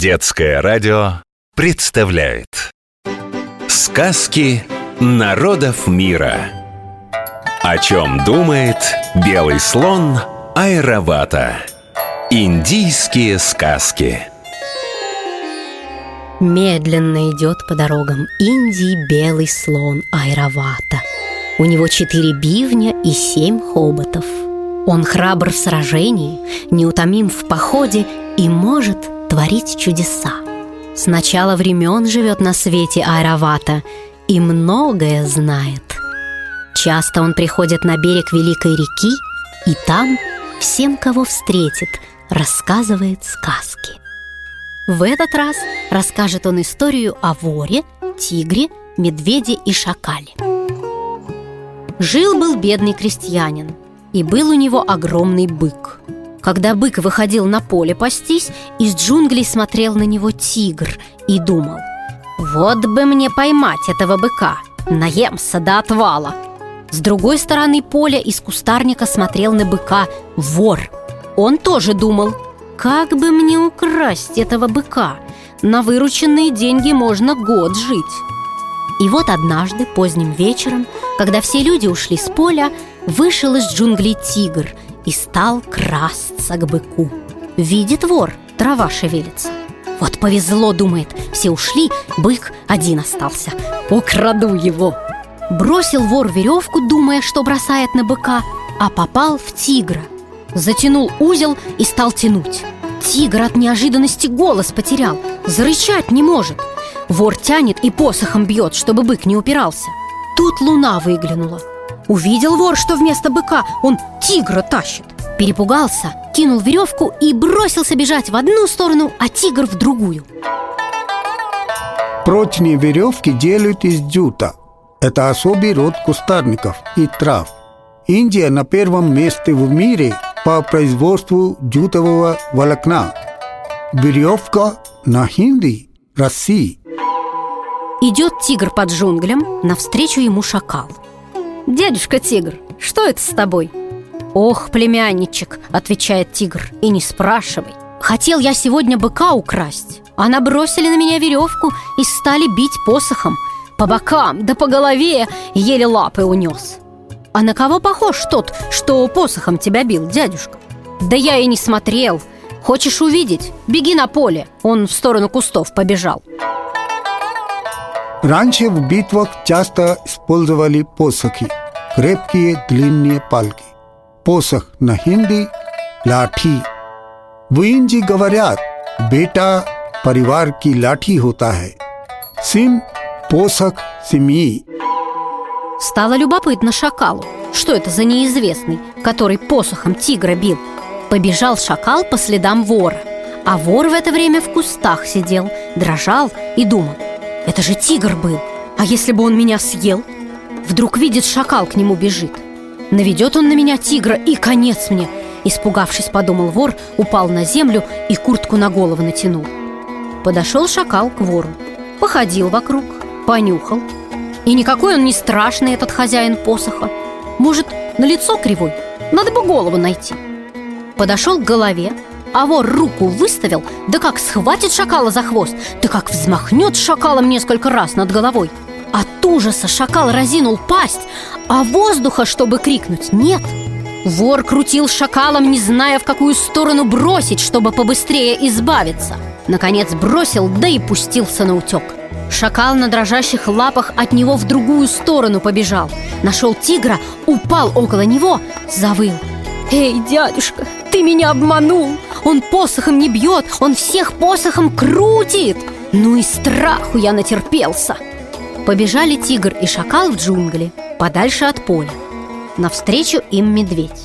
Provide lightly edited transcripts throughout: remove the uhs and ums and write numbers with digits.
Детское радио представляет сказки народов мира. О чем думает белый слон Айравата? Индийские сказки. Медленно идет по дорогам Индии белый слон Айравата. У него 4 бивня и 7 хоботов. Он храбр в сражении, неутомим в походе и может творить чудеса. С начала времен живет на свете Айравата и многое знает. Часто он приходит на берег великой реки и там всем, кого встретит, рассказывает сказки. В этот раз расскажет он историю о воре, тигре, медведе и шакале. Жил-был бедный крестьянин, и был у него огромный бык. Когда бык выходил на поле пастись, из джунглей смотрел на него тигр и думал: «Вот бы мне поймать этого быка, наемся до отвала». С другой стороны поля из кустарника смотрел на быка вор. Он тоже думал: «Как бы мне украсть этого быка? На вырученные деньги можно год жить». И вот однажды поздним вечером, когда все люди ушли с поля, вышел из джунглей тигр и стал красться к быку. Видит вор, трава шевелится. Вот повезло, думает, все ушли, бык один остался. Украду его. Бросил вор веревку, думая, что бросает на быка, а попал в тигра. Затянул узел и стал тянуть. Тигр от неожиданности голос потерял, зарычать не может. Вор тянет и посохом бьет, чтобы бык не упирался. Тут луна выглянула. Увидел вор, что вместо быка он тигра тащит. Перепугался, кинул веревку и бросился бежать в одну сторону, а тигр в другую. Прочные веревки делают из джута. Это особый род кустарников и трав. Индия на первом месте в мире по производству джутового волокна. Веревка на хинди – расси. Идет тигр по джунглям, навстречу ему шакал. «Дядюшка тигр, что это с тобой?» «Ох, племянничек», — отвечает тигр, — «и не спрашивай. Хотел я сегодня быка украсть, а набросили на меня веревку и стали бить посохом. По бокам, да по голове, еле лапы унес». «А на кого похож тот, что посохом тебя бил, дядюшка?» «Да я и не смотрел. Хочешь увидеть? Беги на поле». Он в сторону кустов побежал. Раньше в битвах часто использовали посохи, крепкие длинные палки. Посох на хинди – लाठी. В Индии говорят: बेटा परिवार की लाठी होता है, сын – посох семьи. Стало любопытно шакалу, что это за неизвестный, который посохом тигра бил. Побежал шакал по следам вора, а вор в это время в кустах сидел, дрожал и думал: это же тигр был, а если бы он меня съел? Вдруг видит, шакал к нему бежит. Наведет он на меня тигра, и конец мне. Испугавшись, подумал вор, упал на землю и куртку на голову натянул. Подошел шакал к вору, походил вокруг, понюхал. И никакой он не страшный, этот хозяин посоха. Может, на лицо кривой? Надо бы голову найти. Подошел к голове, а вор руку выставил, да как схватит шакала за хвост, да как взмахнет шакалом несколько раз над головой. От ужаса шакал разинул пасть, а воздуха, чтобы крикнуть, нет. Вор крутил шакалом, не зная, в какую сторону бросить, чтобы побыстрее избавиться. Наконец бросил, да и пустился наутек. Шакал на дрожащих лапах от него в другую сторону побежал. Нашел тигра, упал около него, завыл: «Эй, дядюшка, ты меня обманул! Он посохом не бьет, он всех посохом крутит!» Ну и страху я натерпелся. Побежали тигр и шакал в джунгли, подальше от поля. Навстречу им медведь.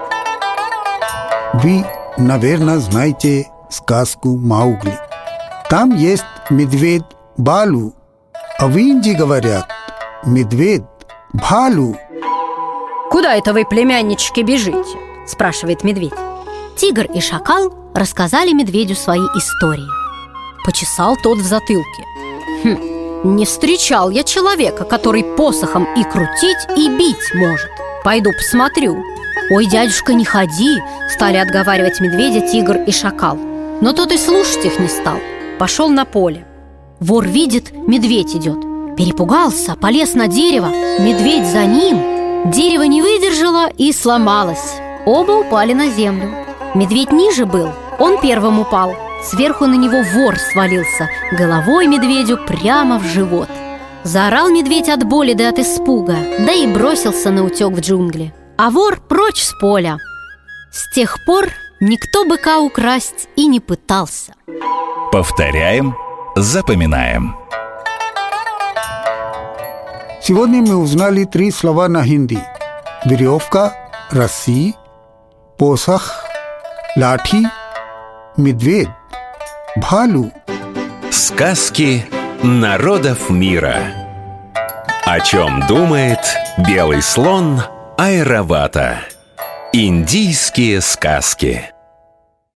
Вы, наверное, знаете сказку Маугли. Там есть медведь Балу, а в Индии говорят медведь Бхалу. «Куда это вы, племяннички, бежите?» – спрашивает медведь. Тигр и шакал рассказали медведю свои истории. Почесал тот в затылке. Не встречал я человека, который посохом и крутить, и бить может. Пойду посмотрю. «Ой, дядюшка, не ходи!» – стали отговаривать медведя тигр и шакал. Но тот и слушать их не стал. пошел на поле. Вор видит, медведь идет. Перепугался, полез на дерево. Медведь за ним. Дерево не выдержало и сломалось. Оба упали на землю. Медведь ниже был, он первым упал. Сверху на него вор свалился, головой медведю прямо в живот. Заорал медведь от боли да от испуга, да и бросился наутек в джунгли. А вор прочь с поля. С тех пор никто быка украсть и не пытался. Повторяем, запоминаем. Сегодня мы узнали 3 слова на хинди: веревка, रस्सी, посох, लाठी, медведь, भालू. Сказки народов мира. О чем думает белый слон Айравата? Индийские сказки.